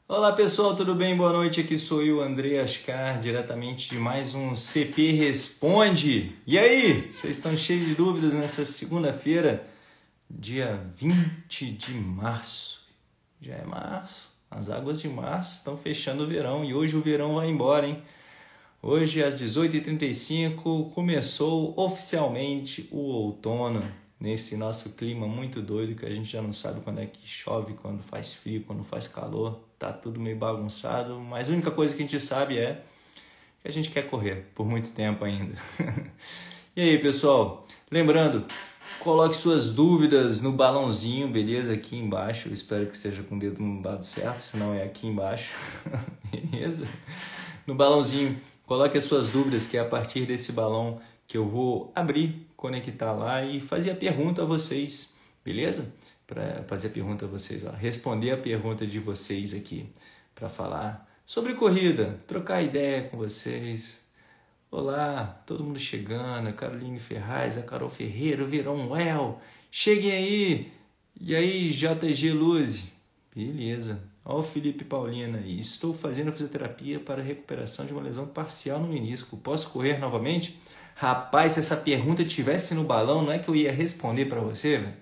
Olá pessoal, tudo bem? Boa noite, aqui sou eu, André Ascar, diretamente de mais um CP Responde. E aí, vocês estão cheios de dúvidas nessa segunda-feira, dia 20 de março. Já é março, as águas de março estão fechando o verão e hoje o verão vai embora, hein? Hoje, às 18h35, começou oficialmente o outono, nesse nosso clima muito doido que a gente já não sabe quando é que chove, quando faz frio, quando faz calor, tá tudo meio bagunçado, mas a única coisa que a gente sabe é que a gente quer correr por muito tempo ainda. E aí, pessoal, lembrando, coloque suas dúvidas no balãozinho, beleza? Aqui embaixo, eu espero que esteja com o dedo no lado certo, senão é aqui embaixo, beleza? No balãozinho, coloque as suas dúvidas, que é a partir desse balão que eu vou abrir, conectar lá e fazer a pergunta a vocês, beleza? Para fazer a pergunta a vocês, ó, responder a pergunta de vocês aqui, para falar sobre corrida, trocar ideia com vocês. Olá, todo mundo chegando, a Caroline Ferraz, a Carol Ferreira, o Verão Well, cheguem aí! E aí, JG Luzi? Beleza. Olha o Felipe Paulina aí. Estou fazendo fisioterapia para recuperação de uma lesão parcial no menisco. Posso correr novamente? Rapaz, se essa pergunta tivesse no balão, não é que eu ia responder para você, velho?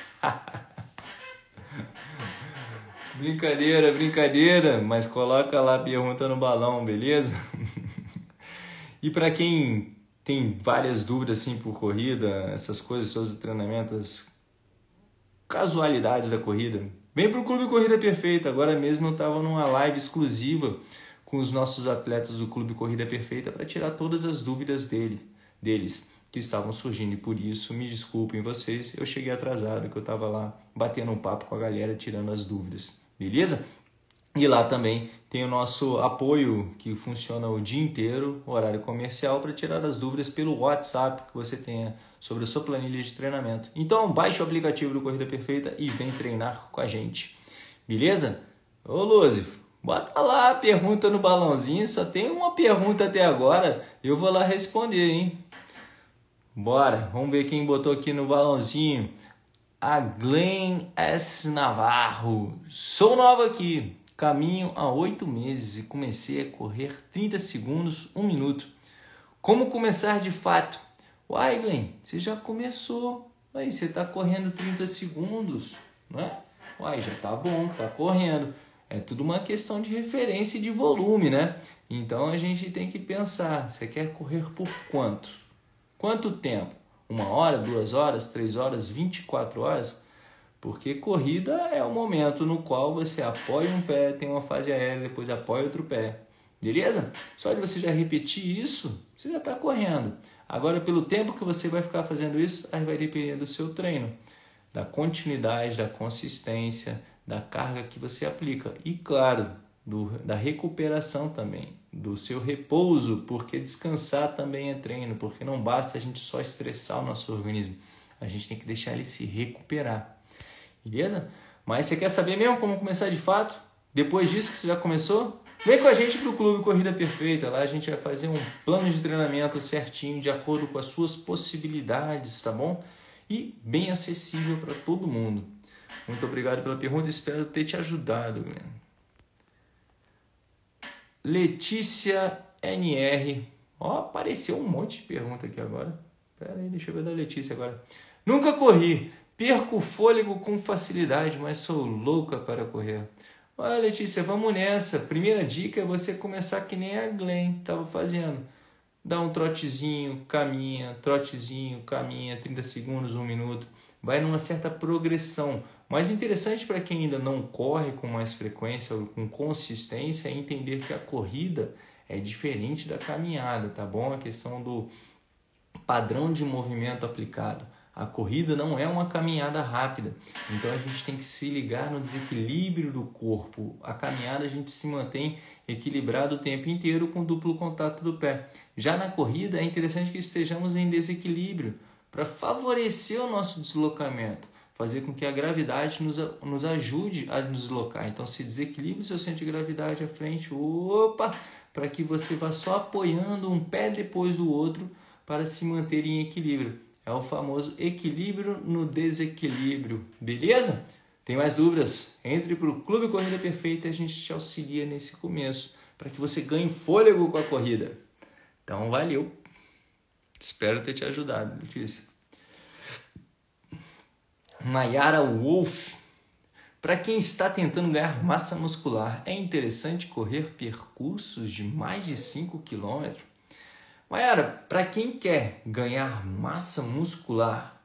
Brincadeira, mas coloca lá a pergunta no balão, beleza? E para quem tem várias dúvidas assim por corrida, essas coisas sobre treinamento, as casualidades da corrida, vem para o Clube Corrida Perfeita. Agora mesmo eu estava numa live exclusiva com os nossos atletas do Clube Corrida Perfeita para tirar todas as dúvidas deles que estavam surgindo. E por isso, me desculpem vocês, eu cheguei atrasado, que eu estava lá batendo um papo com a galera, tirando as dúvidas. Beleza? E lá também tem o nosso apoio, que funciona o dia inteiro, horário comercial, para tirar as dúvidas pelo WhatsApp que você tenha sobre a sua planilha de treinamento. Então, baixe o aplicativo do Corrida Perfeita e vem treinar com a gente. Beleza? Ô, Luzi, bota lá a pergunta no balãozinho. Só tem uma pergunta até agora. Eu vou lá responder, hein? Bora, vamos ver quem botou aqui no balãozinho. A Glenn S. Navarro. Sou nova aqui. Caminho há 8 meses e comecei a correr 30 segundos, 1 minuto. Como começar de fato? Uai, Glenn, você já começou. Aí, você está correndo 30 segundos, não é? Uai, já tá bom, tá correndo. É tudo uma questão de referência e de volume, né? Então a gente tem que pensar, você quer correr por quanto? Quanto tempo? 1 hora, 2 horas, 3 horas, 24 horas? Porque corrida é o momento no qual você apoia um pé, tem uma fase aérea, depois apoia outro pé. Beleza? Só de você já repetir isso, você já está correndo. Agora, pelo tempo que você vai ficar fazendo isso, aí vai depender do seu treino, da continuidade, da consistência, da carga que você aplica. E, claro, da recuperação também, do seu repouso, porque descansar também é treino, porque não basta a gente só estressar o nosso organismo, a gente tem que deixar ele se recuperar. Beleza? Mas você quer saber mesmo como começar de fato? Depois disso que você já começou? Vem com a gente para o Clube Corrida Perfeita. Lá a gente vai fazer um plano de treinamento certinho, de acordo com as suas possibilidades, tá bom? E bem acessível para todo mundo. Muito obrigado pela pergunta, espero ter te ajudado, Glenn. Letícia NR. Ó, apareceu um monte de pergunta aqui agora. Pera aí, deixa eu ver da Letícia agora. Nunca corri. Perco o fôlego com facilidade, mas sou louca para correr. Olha, Letícia, vamos nessa. Primeira dica é você começar que nem a Glenn estava fazendo. Dá um trotezinho, caminha, 30 segundos, 1 minuto. Vai numa certa progressão. Mas o interessante para quem ainda não corre com mais frequência ou com consistência é entender que a corrida é diferente da caminhada, tá bom? A questão do padrão de movimento aplicado. A corrida não é uma caminhada rápida, então a gente tem que se ligar no desequilíbrio do corpo. A caminhada a gente se mantém equilibrado o tempo inteiro com duplo contato do pé. Já na corrida é interessante que estejamos em desequilíbrio para favorecer o nosso deslocamento, fazer com que a gravidade nos ajude a nos deslocar. Então se desequilibre o seu centro de gravidade à frente, para que você vá só apoiando um pé depois do outro para se manter em equilíbrio. É o famoso equilíbrio no desequilíbrio, beleza? Tem mais dúvidas? Entre para o Clube Corrida Perfeita e a gente te auxilia nesse começo, para que você ganhe fôlego com a corrida. Então, valeu. Espero ter te ajudado, Letícia. Mayara Wolf. Para quem está tentando ganhar massa muscular, é interessante correr percursos de mais de 5 km? Mayara, para quem quer ganhar massa muscular,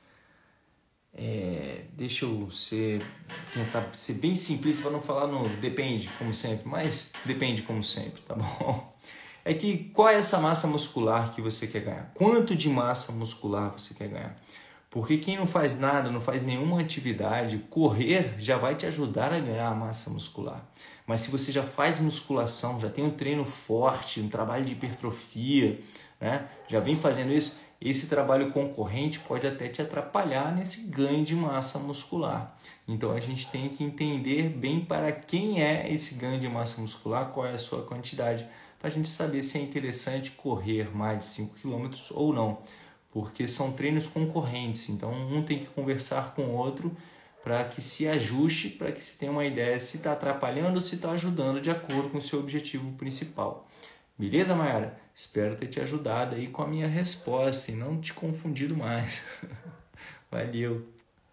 deixa eu tentar ser bem simples para não falar no depende, como sempre, mas depende como sempre, tá bom? É que qual é essa massa muscular que você quer ganhar? Quanto de massa muscular você quer ganhar? Porque quem não faz nada, não faz nenhuma atividade, correr já vai te ajudar a ganhar a massa muscular. Mas se você já faz musculação, já tem um treino forte, um trabalho de hipertrofia, né? Já vem fazendo isso, esse trabalho concorrente pode até te atrapalhar nesse ganho de massa muscular. Então a gente tem que entender bem para quem é esse ganho de massa muscular, qual é a sua quantidade, para a gente saber se é interessante correr mais de 5 km ou não. Porque são treinos concorrentes, então um tem que conversar com o outro para que se ajuste, para que se tenha uma ideia se está atrapalhando ou se está ajudando de acordo com o seu objetivo principal. Beleza, Mayara? Espero ter te ajudado aí com a minha resposta e não te confundido mais. Valeu.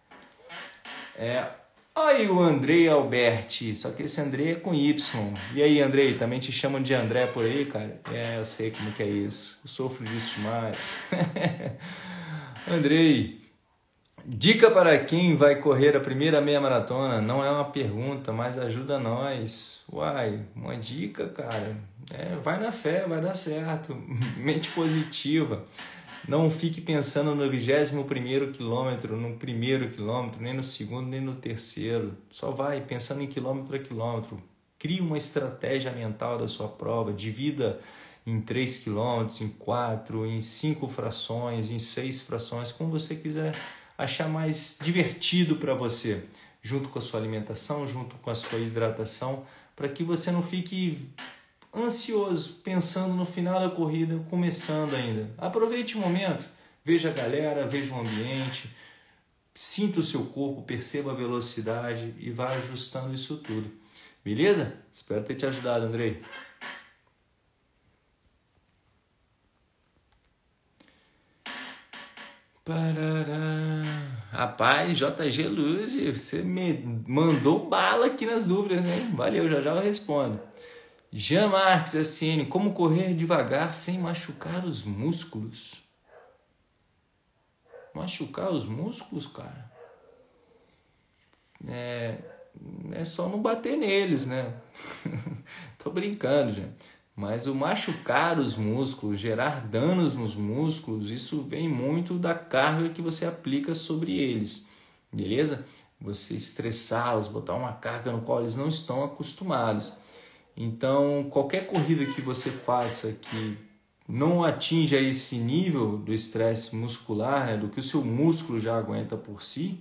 Aí o Andrei Alberti, só que esse Andrei é com Y. E aí, Andrei, também te chamam de André por aí, cara? Eu sei como que é isso. Eu sofro disso demais. Andrei, dica para quem vai correr a primeira meia maratona. Não é uma pergunta, mas ajuda nós. Uai, uma dica, cara. Vai na fé, vai dar certo. Mente positiva. Não fique pensando no 21º quilômetro, no primeiro quilômetro, nem no segundo, nem no terceiro. Só vai pensando em quilômetro a quilômetro. Crie uma estratégia mental da sua prova. Divida em 3 quilômetros, em 4, em 5 frações, em 6 frações, como você quiser achar mais divertido para você. Junto com a sua alimentação, junto com a sua hidratação, para que você não fique ansioso, pensando no final da corrida, começando ainda. Aproveite o momento, veja a galera, veja o ambiente, sinta o seu corpo, perceba a velocidade e vá ajustando isso tudo. Beleza? Espero ter te ajudado, Andrei. Parará. Rapaz, JG Luz, você me mandou bala aqui nas dúvidas, hein? Valeu, já eu respondo. Jean Marques Assini, como correr devagar sem machucar os músculos? Machucar os músculos, cara? É só não bater neles, né? Tô brincando, gente. Mas o machucar os músculos, gerar danos nos músculos, isso vem muito da carga que você aplica sobre eles, beleza? Você estressá-los, botar uma carga no qual eles não estão acostumados. Então, qualquer corrida que você faça que não atinja esse nível do estresse muscular, né, do que o seu músculo já aguenta por si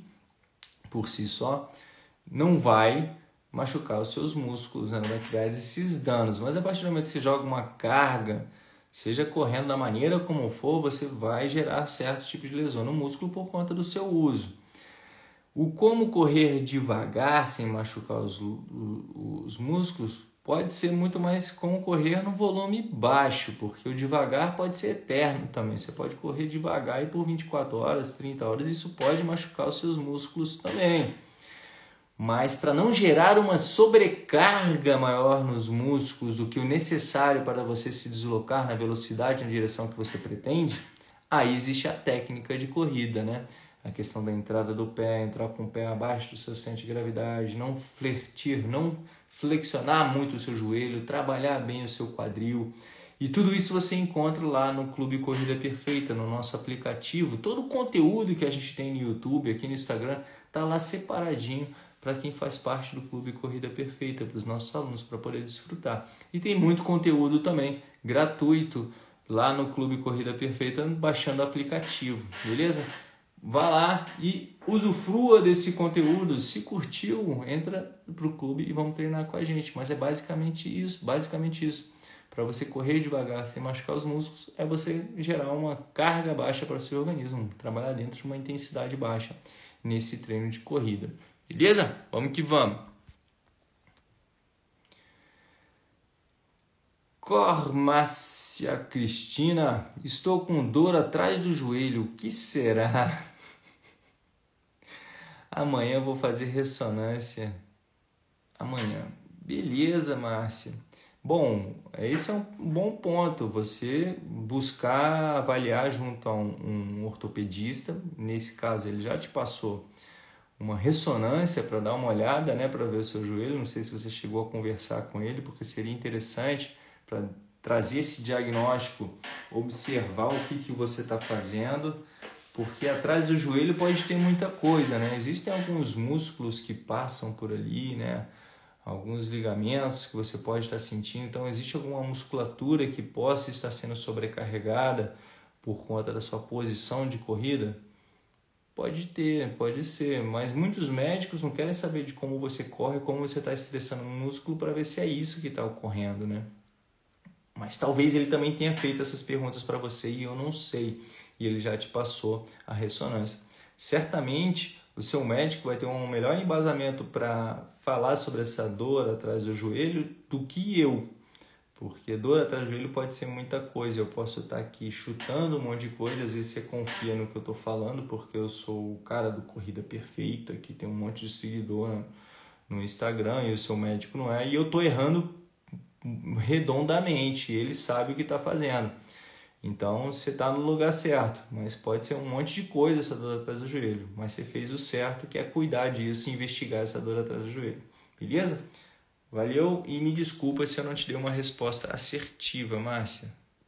só, não vai machucar os seus músculos, né, não vai criar esses danos. Mas a partir do momento que você joga uma carga, seja correndo da maneira como for, você vai gerar certo tipo de lesão no músculo por conta do seu uso. O como correr devagar sem machucar os músculos pode ser muito mais como correr no volume baixo, porque o devagar pode ser eterno também. Você pode correr devagar e por 24 horas, 30 horas, isso pode machucar os seus músculos também. Mas para não gerar uma sobrecarga maior nos músculos do que o necessário para você se deslocar na velocidade, na direção que você pretende, aí existe a técnica de corrida, né? A questão da entrada do pé, entrar com o pé abaixo do seu centro de gravidade, não flexionar muito o seu joelho, trabalhar bem o seu quadril. E tudo isso você encontra lá no Clube Corrida Perfeita, no nosso aplicativo. Todo o conteúdo que a gente tem no YouTube, aqui no Instagram, está lá separadinho para quem faz parte do Clube Corrida Perfeita, para os nossos alunos, para poder desfrutar. E tem muito conteúdo também, gratuito, lá no Clube Corrida Perfeita, baixando o aplicativo, beleza? Vá lá e usufrua desse conteúdo. Se curtiu, entra para o clube e vamos treinar com a gente. Mas é basicamente isso. Para você correr devagar sem machucar os músculos, é você gerar uma carga baixa para o seu organismo, trabalhar dentro de uma intensidade baixa nesse treino de corrida. Beleza? Vamos que vamos. Cormácia Cristina, estou com dor atrás do joelho, o que será? Amanhã eu vou fazer ressonância. Amanhã. Beleza, Márcia. Bom, esse é um bom ponto, você buscar avaliar junto a um ortopedista. Nesse caso, ele já te passou uma ressonância para dar uma olhada, né, para ver o seu joelho. Não sei se você chegou a conversar com ele, porque seria interessante para trazer esse diagnóstico, observar o que você está fazendo, porque atrás do joelho pode ter muita coisa, né? Existem alguns músculos que passam por ali, né? Alguns ligamentos que você pode estar sentindo. Então, existe alguma musculatura que possa estar sendo sobrecarregada por conta da sua posição de corrida? Pode ter, pode ser, mas muitos médicos não querem saber de como você corre, como você está estressando o músculo para ver se é isso que está ocorrendo, né? Mas talvez ele também tenha feito essas perguntas para você e eu não sei. E ele já te passou a ressonância. Certamente o seu médico vai ter um melhor embasamento para falar sobre essa dor atrás do joelho do que eu. Porque dor atrás do joelho pode ser muita coisa. Eu posso estar aqui chutando um monte de coisa. Às vezes você confia no que eu estou falando, porque eu sou o cara do Corrida Perfeita, que tem um monte de seguidor no Instagram e o seu médico não é. E eu estou errando redondamente, ele sabe o que está fazendo. Então você está no lugar certo, mas pode ser um monte de coisa essa dor atrás do joelho, mas você fez o certo, que é cuidar disso e investigar essa dor atrás do joelho. Beleza? Valeu e me desculpa se eu não te dei uma resposta assertiva, Márcia.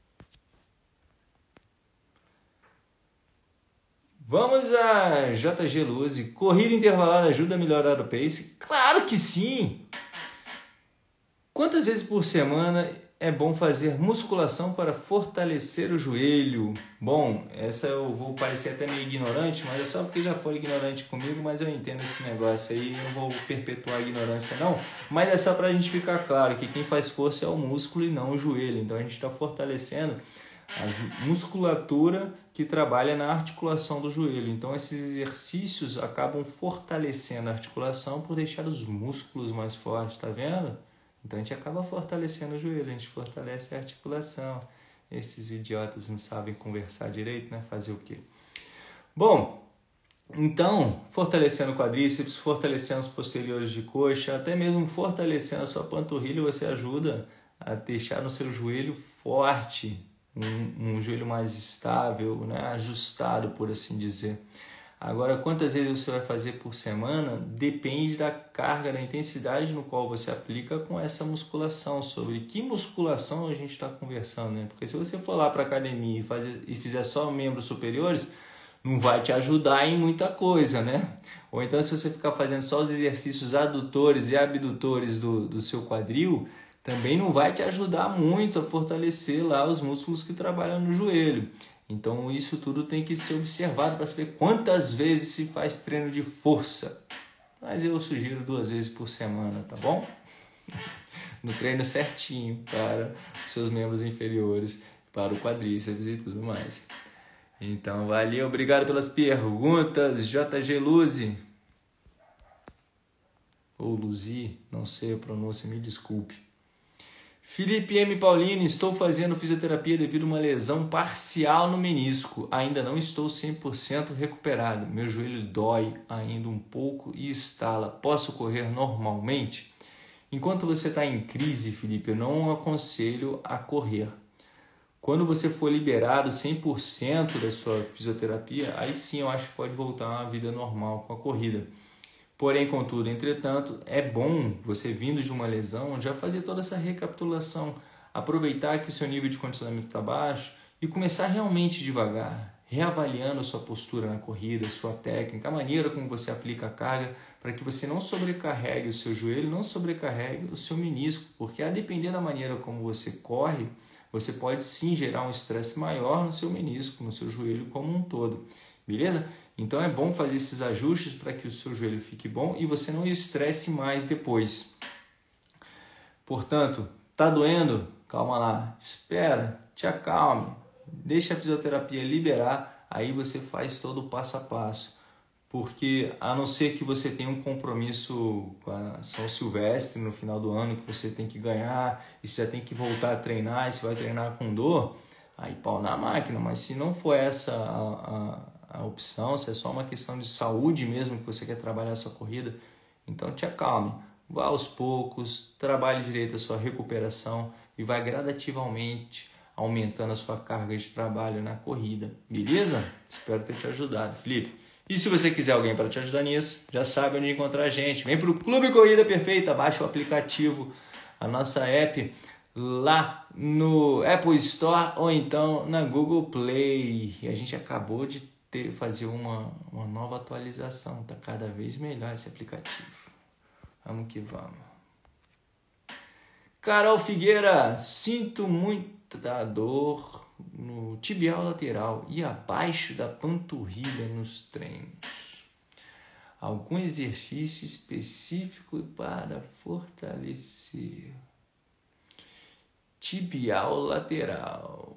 Vamos a JG Luzi. Corrida intervalada ajuda a melhorar o pace? Claro que sim! Quantas vezes por semana é bom fazer musculação para fortalecer o joelho? Bom, essa eu vou parecer até meio ignorante, mas é só porque já foi ignorante comigo, mas eu entendo esse negócio aí, não vou perpetuar a ignorância não, mas é só para a gente ficar claro que quem faz força é o músculo e não o joelho, então a gente está fortalecendo a musculatura que trabalha na articulação do joelho. Então esses exercícios acabam fortalecendo a articulação por deixar os músculos mais fortes, tá vendo? Então a gente acaba fortalecendo o joelho, a gente fortalece a articulação. Esses idiotas não sabem conversar direito, né? Fazer o quê? Bom, então, fortalecendo o quadríceps, fortalecendo os posteriores de coxa, até mesmo fortalecendo a sua panturrilha, você ajuda a deixar no seu joelho forte, um joelho mais estável, né? Ajustado, por assim dizer. Agora, quantas vezes você vai fazer por semana depende da carga, da intensidade no qual você aplica com essa musculação. Sobre que musculação a gente está conversando, né? Porque se você for lá para a academia e fizer só membros superiores, não vai te ajudar em muita coisa, né? Ou então, se você ficar fazendo só os exercícios adutores e abdutores do seu quadril, também não vai te ajudar muito a fortalecer lá os músculos que trabalham no joelho. Então isso tudo tem que ser observado para saber quantas vezes se faz treino de força. Mas eu sugiro 2 vezes por semana, tá bom? No treino certinho para os seus membros inferiores, para o quadríceps e tudo mais. Então valeu, obrigado pelas perguntas, JG Luzi. Ou Luzi, não sei a pronúncia, me desculpe. Felipe M. Paulino, estou fazendo fisioterapia devido a uma lesão parcial no menisco. Ainda não estou 100% recuperado. Meu joelho dói ainda um pouco e estala. Posso correr normalmente? Enquanto você está em crise, Felipe, eu não aconselho a correr. Quando você for liberado 100% da sua fisioterapia, aí sim eu acho que pode voltar a uma vida normal com a corrida. Porém, contudo, entretanto, é bom você vindo de uma lesão já fazer toda essa recapitulação, aproveitar que o seu nível de condicionamento está baixo e começar realmente devagar, reavaliando a sua postura na corrida, a sua técnica, a maneira como você aplica a carga, para que você não sobrecarregue o seu joelho, não sobrecarregue o seu menisco, porque a depender da maneira como você corre, você pode sim gerar um estresse maior no seu menisco, no seu joelho como um todo, beleza? Então é bom fazer esses ajustes para que o seu joelho fique bom e você não estresse mais depois. Portanto, tá doendo? Calma lá, espera, te acalme, deixa a fisioterapia liberar, aí você faz todo o passo a passo. porque a não ser que você tenha um compromisso com a São Silvestre no final do ano que você tem que ganhar e você já tem que voltar a treinar e você vai treinar com dor, aí pau na máquina. Mas se não for essa a opção, se é só uma questão de saúde mesmo que você quer trabalhar a sua corrida, então te acalme, vá aos poucos, trabalhe direito a sua recuperação e vai gradativamente aumentando a sua carga de trabalho na corrida, beleza? Espero ter te ajudado, Felipe. E se você quiser alguém para te ajudar nisso, já sabe onde encontrar a gente. Vem para o Clube Corrida Perfeita, baixa o aplicativo, a nossa app, lá no Apple Store ou então na Google Play. E a gente acabou de fazer uma nova atualização, tá cada vez melhor esse aplicativo. Vamos que vamos. Carol Figueira, sinto muita dor no tibial lateral e abaixo da panturrilha nos treinos. Algum exercício específico para fortalecer tibial lateral.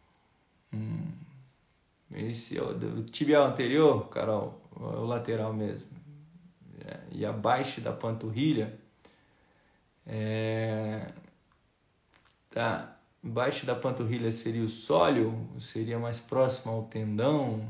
Esse é o do tibial anterior, Carol, é o lateral mesmo. E abaixo da panturrilha, tá. Embaixo da panturrilha seria o sóleo, seria mais próximo ao tendão.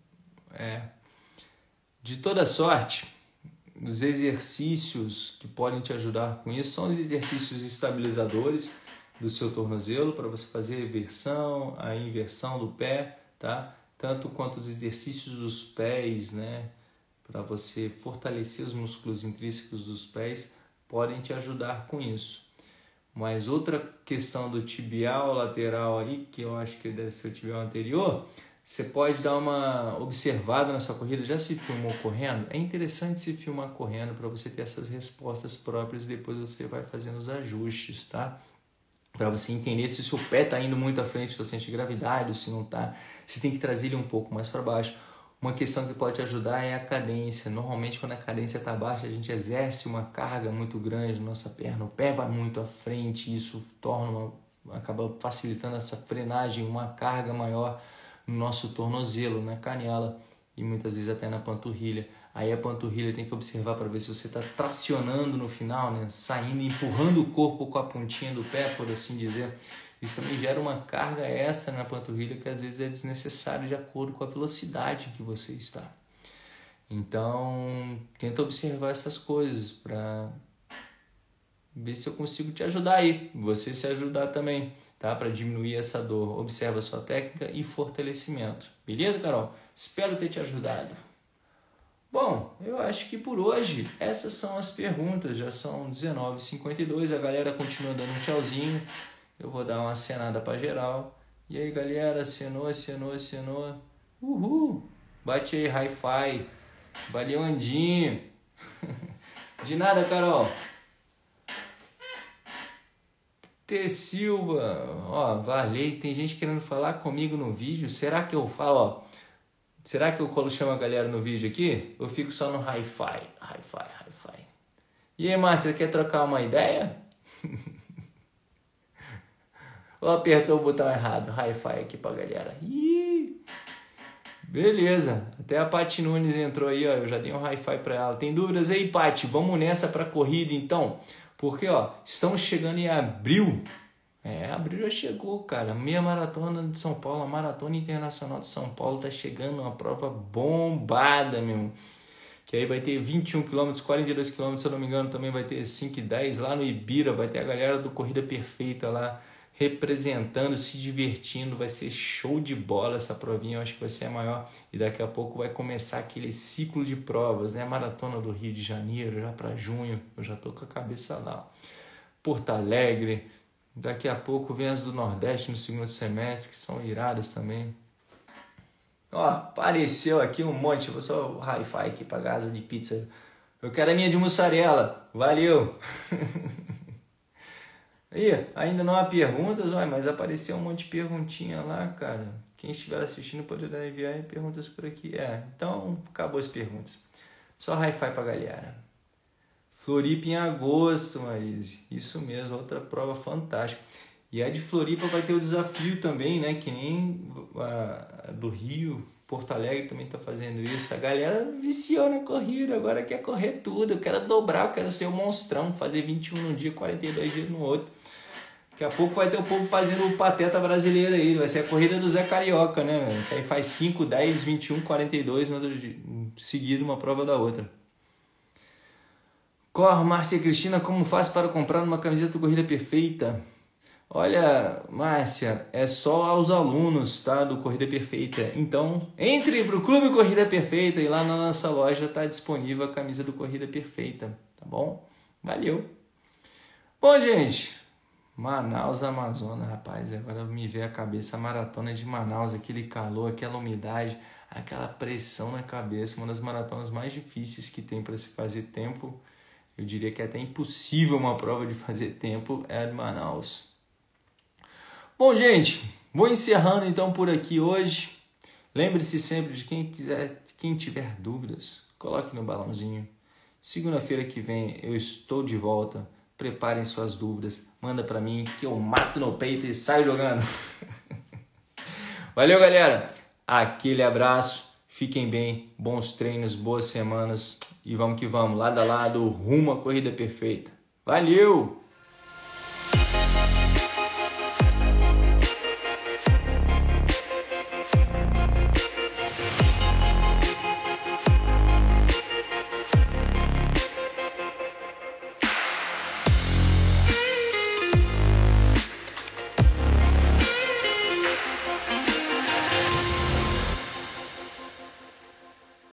De toda sorte, os exercícios que podem te ajudar com isso são os exercícios estabilizadores do seu tornozelo, para você fazer a inversão do pé, tá? Tanto quanto os exercícios dos pés, né? Para você fortalecer os músculos intrínsecos dos pés, podem te ajudar com isso. Mas outra questão do tibial lateral aí, que eu acho que deve ser o tibial anterior, você pode dar uma observada na sua corrida. Já se filmou correndo? É interessante se filmar correndo para você ter essas respostas próprias e depois você vai fazendo os ajustes, tá? Para você entender se o seu pé está indo muito à frente, se você sente gravidade ou se não está. Você tem que trazer ele um pouco mais para baixo. Uma questão que pode te ajudar é a cadência. Normalmente, quando a cadência está baixa, a gente exerce uma carga muito grande na nossa perna. O pé vai muito à frente, isso acaba facilitando essa frenagem, uma carga maior no nosso tornozelo, na canela e muitas vezes até na panturrilha. Aí a panturrilha tem que observar para ver se você está tracionando no final, né? Saindo, empurrando o corpo com a pontinha do pé, por assim dizer. Isso também gera uma carga extra na panturrilha que às vezes é desnecessário de acordo com a velocidade que você está. Então, tenta observar essas coisas para ver se eu consigo te ajudar aí. Você se ajudar também, tá? Para diminuir essa dor. Observa a sua técnica e fortalecimento. Beleza, Carol? Espero ter te ajudado. Bom, eu acho que por hoje essas são as perguntas. Já são 19h52, a galera continua dando um tchauzinho. Eu vou dar uma acenada pra geral. E aí, galera, acenou. Uhul! Bate aí, hi-fi. Valeu, Andinho. De nada, Carol. T. Silva. Ó, valeu. Tem gente querendo falar comigo no vídeo. Será que eu falo, ó? Será que eu chamo a galera no vídeo aqui? Eu fico só no hi-fi. Hi-fi. E aí, Márcia, quer trocar uma ideia? Ou apertou o botão errado? Hi-fi aqui pra galera. Ih, beleza. Até a Paty Nunes entrou aí, ó. Eu já dei um hi-fi pra ela. Tem dúvidas aí, Paty? Vamos nessa pra corrida, então. Porque, ó, estamos chegando em abril. Abril já chegou, cara. Meia maratona de São Paulo, a Maratona Internacional de São Paulo tá chegando, uma prova bombada, meu. Que aí vai ter 21 km, 42 km, se eu não me engano, também vai ter 5 e 10 lá no Ibira, vai ter a galera do Corrida Perfeita lá representando, se divertindo, vai ser show de bola essa provinha, eu acho que vai ser a maior, e daqui a pouco vai começar aquele ciclo de provas, né? Maratona do Rio de Janeiro, já para junho, eu já tô com a cabeça lá. Porto Alegre, daqui a pouco vem as do Nordeste no segundo semestre, que são iradas também. Ó, apareceu aqui um monte, vou só o hi-fi aqui pra casa de pizza. Eu quero a minha de mussarela, valeu! Aí, ainda não há perguntas, mas apareceu um monte de perguntinha lá, cara. Quem estiver assistindo poderá enviar perguntas por aqui. Então acabou as perguntas. Só hi-fi pra galera. Floripa em agosto, Marise. Isso mesmo, outra prova fantástica. E a de Floripa vai ter o desafio também, né? Que nem a do Rio. Porto Alegre também está fazendo isso. A galera viciou na corrida, agora quer correr tudo. Eu quero dobrar, eu quero ser o monstrão, fazer 21 num dia, 42 dias no outro. Daqui a pouco vai ter o povo fazendo o pateta brasileiro aí. Vai ser a corrida do Zé Carioca, né? Que aí faz 5, 10, 21, 42 no outro dia, seguido uma prova da outra. Corre, Márcia Cristina, como faz para comprar uma camiseta do Corrida Perfeita? Olha, Márcia, é só aos alunos, tá, do Corrida Perfeita. Então, entre para o Clube Corrida Perfeita e lá na nossa loja está disponível a camisa do Corrida Perfeita, tá bom? Valeu! Bom, gente, Manaus, Amazonas, rapaz, agora me veio a cabeça a maratona de Manaus, aquele calor, aquela umidade, aquela pressão na cabeça, uma das maratonas mais difíceis que tem para se fazer tempo. Eu diria que é até impossível uma prova de fazer tempo é a de Manaus. Bom, gente, vou encerrando então por aqui hoje. Lembre-se sempre de quem tiver dúvidas, coloque no balãozinho. Segunda-feira que vem eu estou de volta. Preparem suas dúvidas, manda para mim que eu mato no peito e saio jogando. Valeu, galera. Aquele abraço, fiquem bem, bons treinos, boas semanas e vamos que vamos, lado a lado, rumo à corrida perfeita. Valeu!